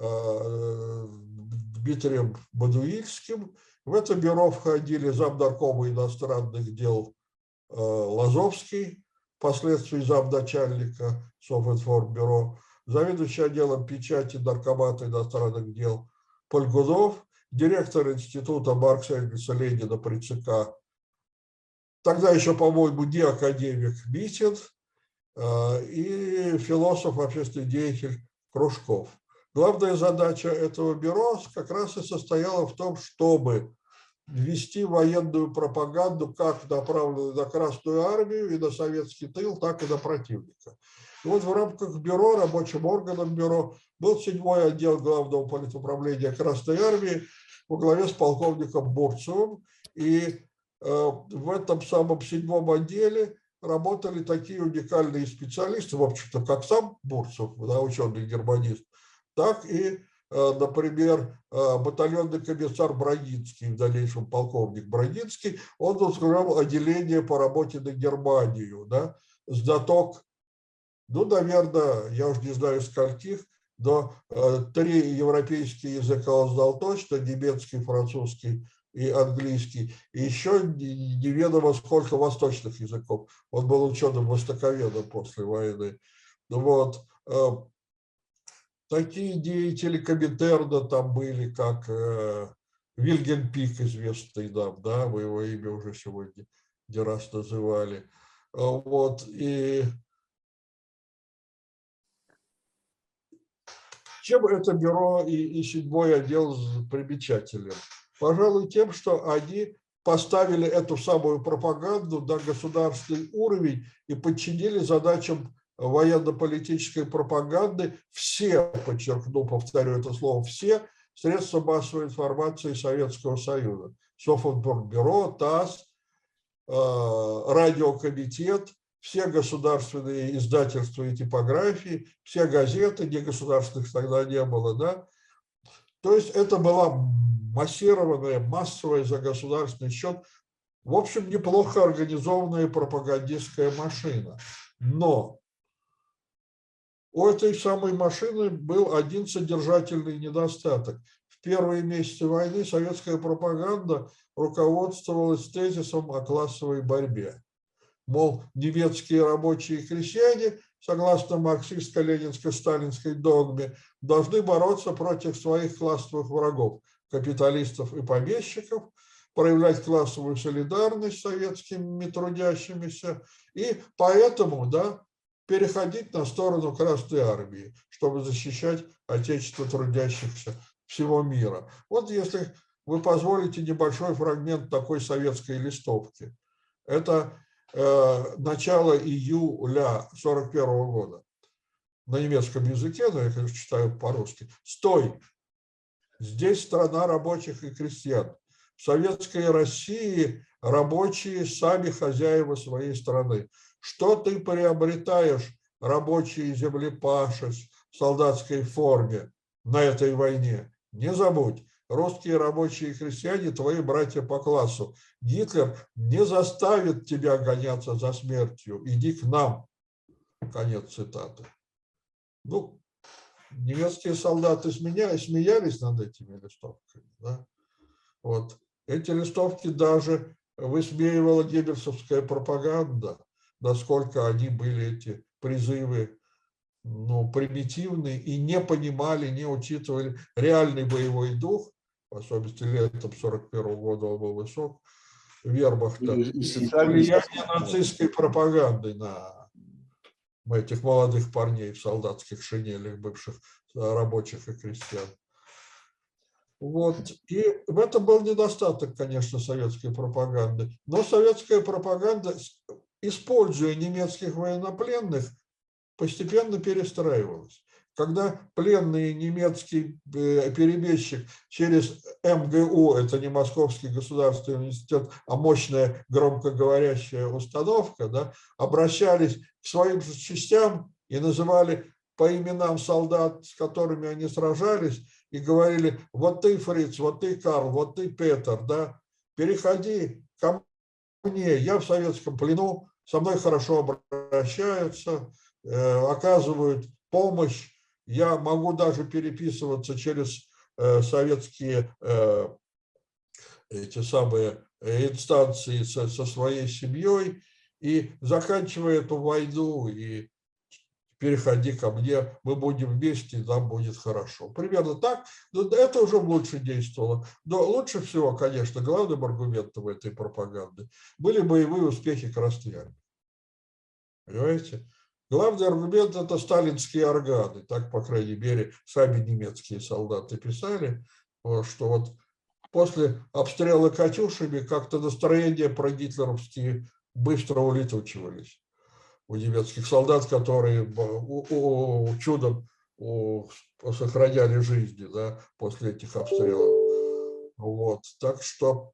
Speaker 2: Дмитрием Бадуильским. В это бюро входили замнаркома иностранных дел Лазовский, впоследствии замначальника Совинформбюро, заведующий отделом печати наркомата иностранных дел Польгунов, директор института Маркса, Энгельса, Ленина при ЦК, тогда еще, по-моему, не академик Митин, и философ, общественный деятель Кружков. Главная задача этого бюро как раз и состояла в том, чтобы вести военную пропаганду, как направленную на Красную армию и на советский тыл, так и на противника. И вот в рамках бюро, рабочим органом бюро, был седьмой отдел Главного политуправления Красной Армии во главе с полковником Бурцевым. И в этом самом седьмом отделе работали такие уникальные специалисты, в общем-то, как сам Бурцев, да, ученый-германист, так и, например, батальонный комиссар Брагинский, в дальнейшем полковник Брагинский, он возглавлял отделение по работе на Германию, да, знаток, ну, наверное, я уже не знаю скольких, но три европейские языка он знал точно, немецкий, французский и английский, и еще неведомо сколько восточных языков. Он был ученым-востоковедом после войны. Вот. Такие деятели Коминтерна там были, как Вильгельм Пик, известный нам, да, мы его имя уже сегодня не раз называли. Вот. И чем это бюро и, и седьмой отдел примечателен? Пожалуй, тем, что они поставили эту самую пропаганду на государственный уровень и подчинили задачам военно-политической пропаганды все, подчеркну, повторю это слово, все средства массовой информации Советского Союза. Софинформбюро, ТАСС, радиокомитет, все государственные издательства и типографии, все газеты, негосударственных тогда не было, да. То есть это была массированная, массовая за государственный счет, в общем, неплохо организованная пропагандистская машина. Но у этой самой машины был один содержательный недостаток. В первые месяцы войны советская пропаганда руководствовалась тезисом о классовой борьбе. Мол, немецкие рабочие и крестьяне, согласно марксистско-ленинско-сталинской догме, должны бороться против своих классовых врагов, капиталистов и помещиков, проявлять классовую солидарность с советскими трудящимися, и поэтому, да, переходить на сторону Красной Армии, чтобы защищать отечество трудящихся всего мира. Вот если вы позволите небольшой фрагмент такой советской листовки. Это э, начало июля сорок первого года. На немецком языке, но я, конечно, читаю по-русски. «Стой! Здесь страна рабочих и крестьян. В советской России рабочие сами хозяева своей страны. Что ты приобретаешь, рабочие землепашец в солдатской форме на этой войне? Не забудь, русские рабочие и крестьяне твои братья по классу. Гитлер не заставит тебя гоняться за смертью. Иди к нам». Конец цитаты. Ну, немецкие солдаты смеялись над этими листовками. Да? Вот. Эти листовки даже высмеивала геббельсовская пропаганда, насколько они были, эти призывы, ну, примитивные, и не понимали, не учитывали реальный боевой дух, в особенности летом сорок первого года он был высок, вермахта, и, и, и влияние нацистской пропаганды на этих молодых парней в солдатских шинелях, бывших рабочих и крестьян. Вот. И в этом был недостаток, конечно, советской пропаганды. Но советская пропаганда, используя немецких военнопленных, постепенно перестраивалась. Когда пленный немецкий перебежчик через эм гэ у, это не Московский государственный университет, а мощная громкоговорящая установка, да, обращались к своим частям и называли по именам солдат, с которыми они сражались, и говорили: вот ты, Фриц, вот ты, Карл, вот ты, Петр, да, переходи ко мне, я в советском плену, со мной хорошо обращаются, э, оказывают помощь, я могу даже переписываться через э, советские э, эти самые инстанции со, со своей семьей, и заканчивая эту войну, и переходи ко мне, мы будем вместе, нам будет хорошо. Примерно так, но это уже лучше действовало. Но лучше всего, конечно, главным аргументом этой пропаганды были боевые успехи Красной Армии. Понимаете? Главный аргумент – это сталинские органы. Так, по крайней мере, сами немецкие солдаты писали, что вот после обстрела «Катюшами» как-то настроения прогитлеровские быстро улетучивались. у немецких солдат, которые у, у, чудом у, сохраняли жизни, да, после этих обстрелов. Вот, так что...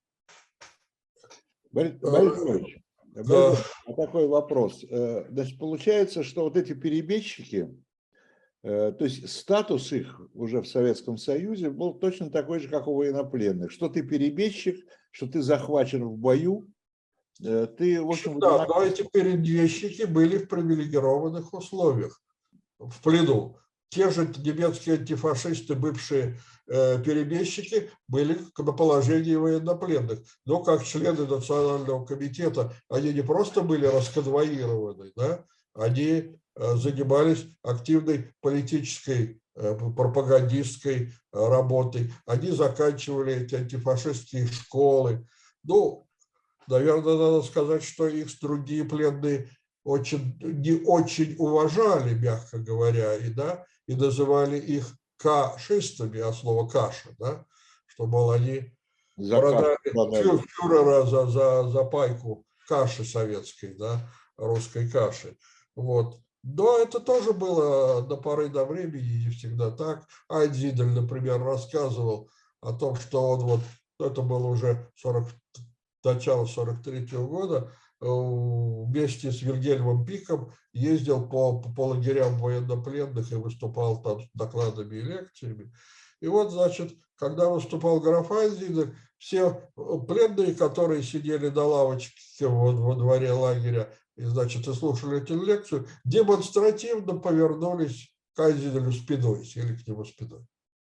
Speaker 1: Борис, Борис Иванович,
Speaker 2: да.
Speaker 1: такой вопрос. Значит, получается, что вот эти перебежчики, то есть статус их уже в Советском Союзе был точно такой же, как у военнопленных. Что ты перебежчик, что ты захвачен в бою, ты, в общем...
Speaker 2: Да, но эти перебежчики были в привилегированных условиях, в плену. Те же немецкие антифашисты, бывшие э, перебежчики, были на положении военнопленных. Но как члены Национального комитета, они не просто были расконвоированы, да, они э, занимались активной политической, э, пропагандистской э, работой. Они заканчивали эти антифашистские школы. Ну, наверное, надо сказать, что их другие пленные очень, не очень уважали, мягко говоря, и, да, и называли их кашистами, от слова каша, да, что, мол, они за продали кашу, фюрера за, за, за пайку каши советской, да, русской каши. Вот. Но это тоже было до поры до времени, не всегда так. Айдзидель, например, рассказывал о том, что он вот, это было уже сорок, начало сорок третьего года, вместе с Вильгельмом Пиком ездил по, по лагерям военнопленных и выступал там с докладами и лекциями. И вот, значит, когда выступал граф Айдзидель, все пленные, которые сидели на лавочке во, во дворе лагеря и, значит, и слушали эту лекцию, демонстративно повернулись к Айдзиделю спиной, сели к нему спиной,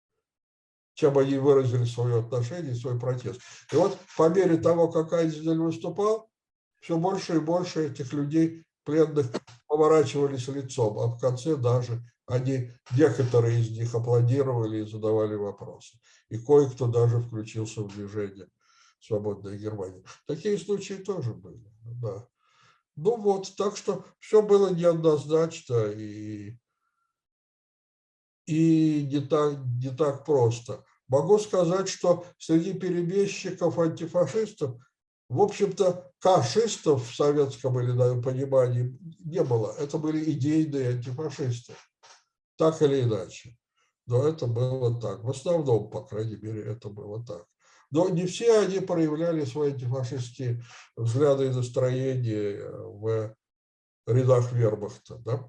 Speaker 2: чем они выразили свое отношение, свой протест. И вот по мере того, как Айдзидель выступал, все больше и больше этих людей, пленных, поворачивались лицом, а в конце даже они, некоторые из них аплодировали и задавали вопросы. И кое-кто даже включился в движение «Свободная Германия». Такие случаи тоже были, да. Ну вот, так что все было неоднозначно и, и не, так, не так просто. Могу сказать, что среди перебежчиков антифашистов, в общем-то, кашистов в советском или на понимании не было. Это были идейные антифашисты, так или иначе. Но это было так. В основном, по крайней мере, это было так. Но не все они проявляли свои антифашистские взгляды и настроения в рядах вермахта. Да?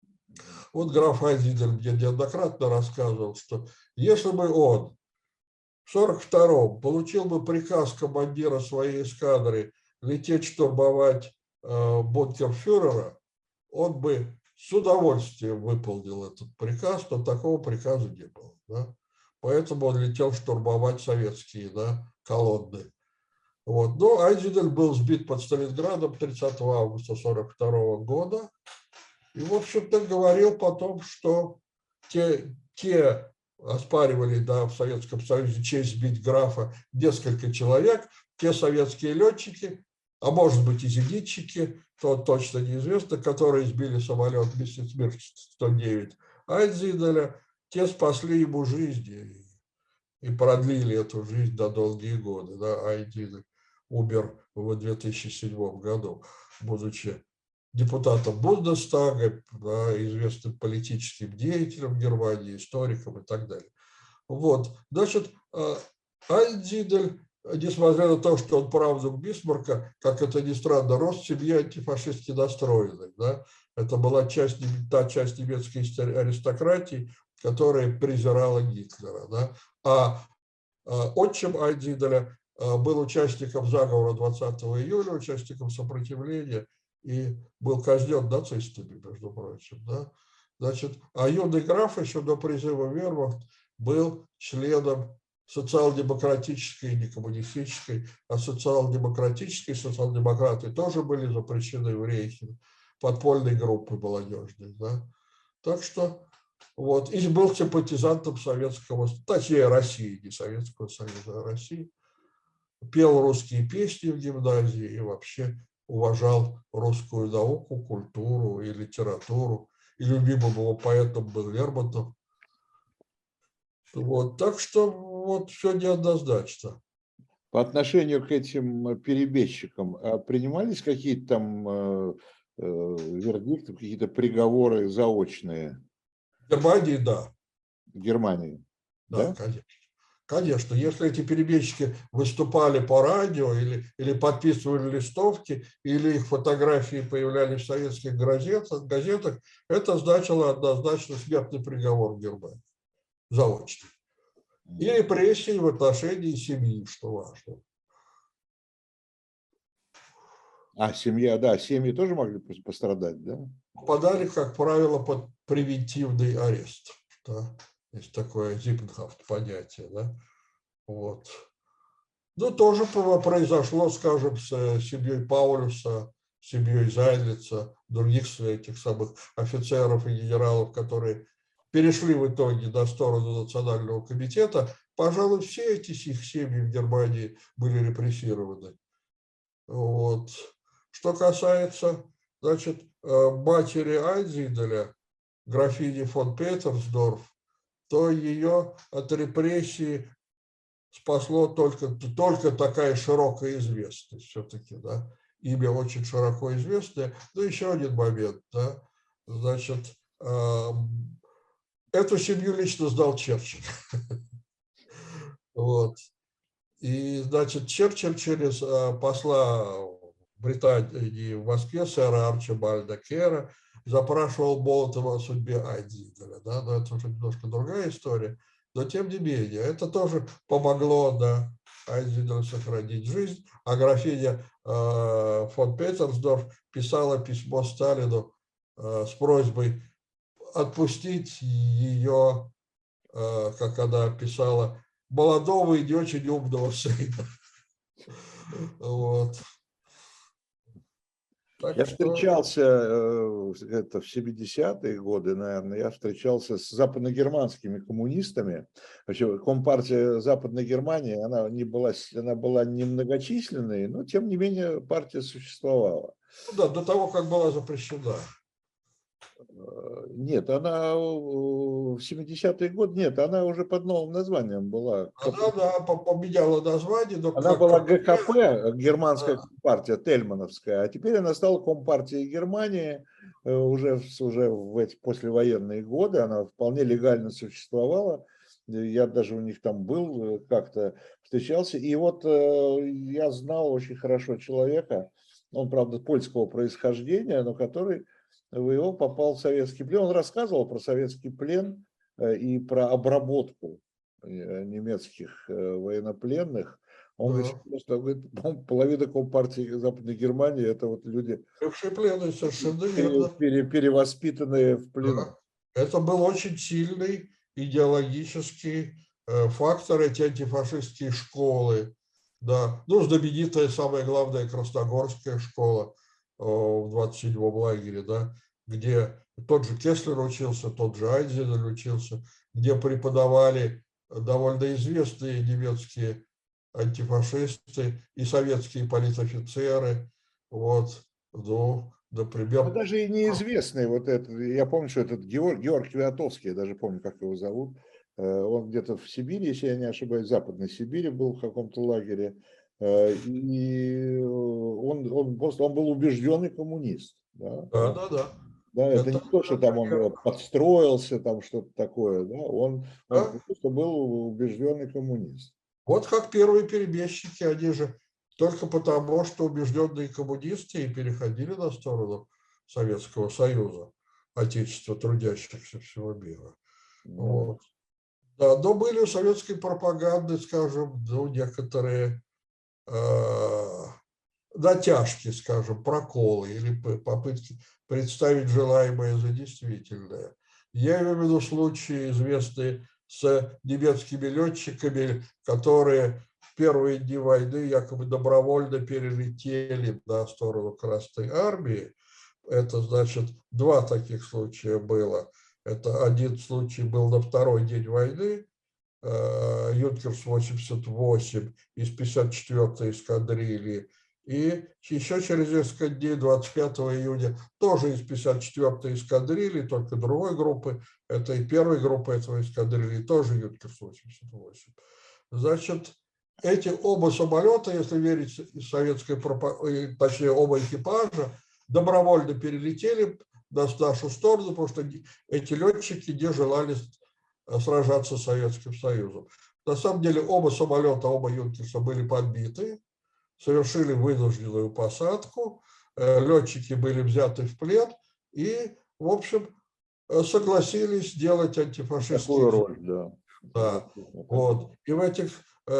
Speaker 2: Вот граф Айдзидель мне неоднократно рассказывал, что если бы он в сорок втором получил бы приказ командира своей эскадры лететь штурмовать э, бункер фюрера, он бы с удовольствием выполнил этот приказ, но такого приказа не было. Да? Поэтому он летел штурмовать советские, да, колонны. Вот. Но Айдзидель был сбит под Сталинградом тридцатого августа сорок второго года и, в общем-то, говорил потом, что те, те оспаривали, да, в Советском Союзе честь сбить графа несколько человек, те советские летчики, а может быть и зенитчики, то точно неизвестно, которые сбили самолет Мир сто девять Айдзиделя, те спасли ему жизнь и, и продлили эту жизнь на долгие годы. Да. Айдзидель умер в две тысячи седьмом году, будучи депутатом Бундестага, да, известным политическим деятелем Германии, историком и так далее. Вот, значит, Айдзидель, несмотря на то, что он правнук Бисмарка, как это ни странно, рос в семье антифашистски настроенной. Да? Это была часть, та часть немецкой аристократии, которая презирала Гитлера. Да? А отчим Айдзиделя был участником заговора двадцатого июля, участником сопротивления, и был казнен нацистами, между прочим. Да? Значит, а юный граф еще до призыва в вермахт был членом социал-демократической, не коммунистической, а социал-демократической. Социал-демократы тоже были запрещены в Рейхе, подпольной группы молодежной. Да? Так что вот, и был симпатизантом советского, точнее России, не Советского Союза, а России. Пел русские песни в гимназии и вообще уважал русскую науку, культуру и литературу. И любимым его поэтом был Лермонтов. Вот, так что вот все неоднозначно.
Speaker 1: По отношению к этим перебежчикам принимались какие-то там вердикты, какие-то приговоры заочные?
Speaker 2: В Германии, да.
Speaker 1: В Германии,
Speaker 2: да?
Speaker 1: Да,
Speaker 2: конечно. Конечно, если эти перебежчики выступали по радио или, или подписывали листовки, или их фотографии появлялись в советских газетах, газетах, это значило однозначно смертный приговор в Германии, заочный. И репрессии в отношении семьи, что важно.
Speaker 1: А семья, да, семьи тоже могли пострадать, да?
Speaker 2: Попадали, как правило, под превентивный арест. Да? Есть такое зиппенхафт понятие. Да? Вот. Ну, тоже произошло, скажем, с семьей Паулюса, семьей Зайдлица, других этих самых офицеров и генералов, которые перешли в итоге на сторону Национального комитета. Пожалуй, все эти их семьи в Германии были репрессированы. Вот. Что касается, значит, матери Айнзиделя, графини фон Петерсдорф, то ее от репрессий спасло только, только такая широкая известность все-таки, да, имя очень широко известное. Ну, еще один момент, да, значит, э, эту семью лично знал Черчилль. Вот. И, значит, Черчилль через э, посла Британии в Москве, сэра Арчибальда Кера, запрашивал Молотова о судьбе Айнзиделя, да, но это уже немножко другая история. Но, тем не менее, это тоже помогло, да, Айнзиделю сохранить жизнь. А графиня э, фон Петерсдорф писала письмо Сталину э, с просьбой отпустить ее, э, как она писала, молодого и не очень умного сына. Вот.
Speaker 1: Так я что... встречался это, в семидесятые годы, наверное, я встречался с западногерманскими коммунистами. Вообще, Компартия Западной Германии, она, не была, она была немногочисленной, но тем не менее партия существовала.
Speaker 2: Ну да, до того, как была запрещена.
Speaker 1: Нет, она в семидесятые годы, нет, она уже под новым названием была.
Speaker 2: Она, да, поменяла название. Но
Speaker 1: она
Speaker 2: как,
Speaker 1: была
Speaker 2: как...
Speaker 1: ГКП, германская партия, Тельмановская, а теперь она стала Компартией Германии уже, уже в эти послевоенные годы, она вполне легально существовала. Я даже у них там был, как-то встречался. И вот я знал очень хорошо человека, он, правда, польского происхождения, но который воевал, попал в советский плен. Он рассказывал про советский плен и про обработку немецких военнопленных. Он да. говорит, что говорит, половина Компартии Западной Германии это вот люди,
Speaker 2: бывшие пленные, совершенно верно.
Speaker 1: Пере, перевоспитанные в плену.
Speaker 2: Да. Это был очень сильный идеологический фактор, эти антифашистские школы. Да. Ну, знаменитая, самая главная, Красногорская школа в двадцать седьмом лагере, да, где тот же Кеслер учился, тот же Айнзидель учился, где преподавали довольно известные немецкие антифашисты и советские политофицеры. Вот, ну, например...
Speaker 1: Ну, даже и неизвестный вот этот, я помню, что этот Георг, Георг Квятовский, я даже помню, как его зовут, он где-то в Сибири, если я не ошибаюсь, в Западной Сибири был в каком-то лагере, и он, он просто, он был убежденный коммунист. Да,
Speaker 2: да, да. да.
Speaker 1: Да, это, это не то, что там он подстроился, там что-то такое, да, он, он да? просто был убежденный коммунист.
Speaker 2: Вот как первые перебежчики, они же только потому, что убежденные коммунисты и переходили на сторону Советского Союза, Отечества трудящихся всего мира. Да. Вот. Да, но были у советской пропаганды, скажем, ну, некоторые э, натяжки, скажем, проколы или попытки представить желаемое за действительное. Я имею в виду случаи, известные с немецкими летчиками, которые в первые дни войны якобы добровольно перелетели на сторону Красной Армии. Это, значит, два таких случая было. Это один случай был на второй день войны, Юнкерс восемьдесят восемь из пятьдесят четвёртой эскадрильи. И еще через несколько дней, двадцать пятого июня, тоже из пятьдесят четвёртой эскадрильи, только другой группы, это и первой группы этого эскадрильи, тоже Юнкерс восемьдесят восемь. Значит, эти оба самолета, если верить советской пропаганде, точнее, оба экипажа, добровольно перелетели на нашу сторону, потому что эти летчики не желали сражаться с Советским Союзом. На самом деле оба самолета, оба Юнкерса были подбиты, совершили вынужденную посадку, летчики были взяты в плен и, в общем, согласились делать антифашистские...
Speaker 1: Такую роль, да.
Speaker 2: Да, вот. И в этих,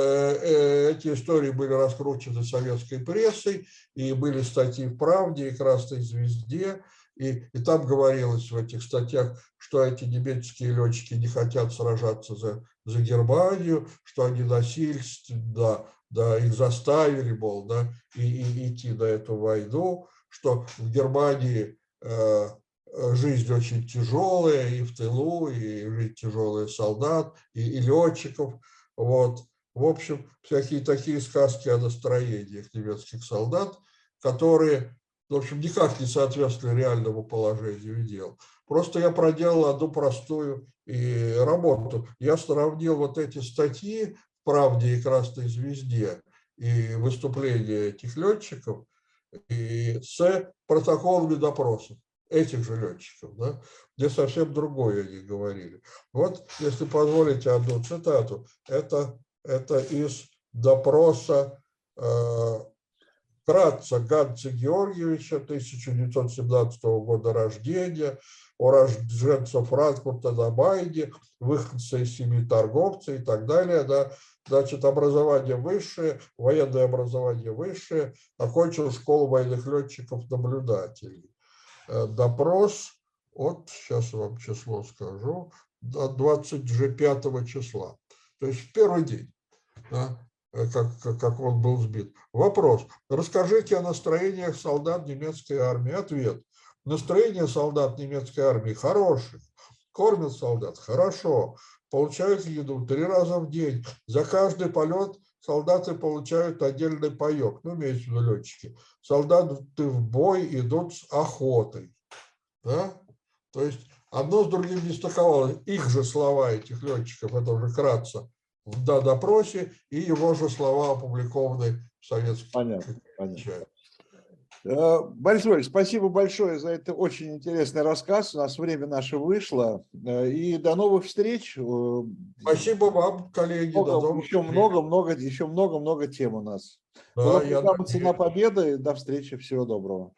Speaker 2: э, эти истории были раскручены советской прессой, и были статьи в «Правде» и «Красной звезде», и, и там говорилось в этих статьях, что эти немецкие летчики не хотят сражаться за, за Германию, что они насильственно, да, да, их заставили, мол, да, и, и идти на эту войну, что в Германии э, жизнь очень тяжелая и в тылу, и жизнь тяжелая солдат, и, и летчиков. Вот. В общем, всякие такие сказки о настроениях немецких солдат, которые, в общем, никак не соответствовали реальному положению дел. Просто я проделал одну простую и работу. Я сравнил вот эти статьи в «Правде» и «Красной звезде» и выступления этих летчиков и с протоколами допросов этих же летчиков, да, где совсем другое они говорили. Вот, если позволите одну цитату, это, это из допроса э, Кратца Ганса Георгиевича, тысяча девятьсот семнадцатого года рождения, уроженца Франкфурта на Майне, выходца из семьи торговца и так далее, да. Значит, образование высшее, военное образование высшее, окончил школу военных летчиков-наблюдателей. Допрос от, сейчас вам число скажу, двадцать пятого числа, то есть в первый день, да, как, как он был сбит. Вопрос. Расскажите о настроениях солдат немецкой армии. Ответ. Настроение солдат немецкой армии хорошее. Кормят солдат хорошо. Получают еду три раза в день. За каждый полет солдаты получают отдельный паек. Ну, имеется в виду летчики. Солдаты в бой идут с охотой. Да? То есть одно с другим не стыковалось. Их же слова, этих летчиков, это уже Кратца, в допросе, и его же слова опубликованы в советских.
Speaker 1: Понятно, понятно. Борис Владимирович, спасибо большое за это очень интересный рассказ. У нас время наше вышло. И до новых встреч.
Speaker 2: Спасибо вам, коллеги.
Speaker 1: Много,
Speaker 2: до новых
Speaker 1: еще много-много, еще много-много тем у нас. Да, Была программа «Цена победы». До встречи. Всего доброго.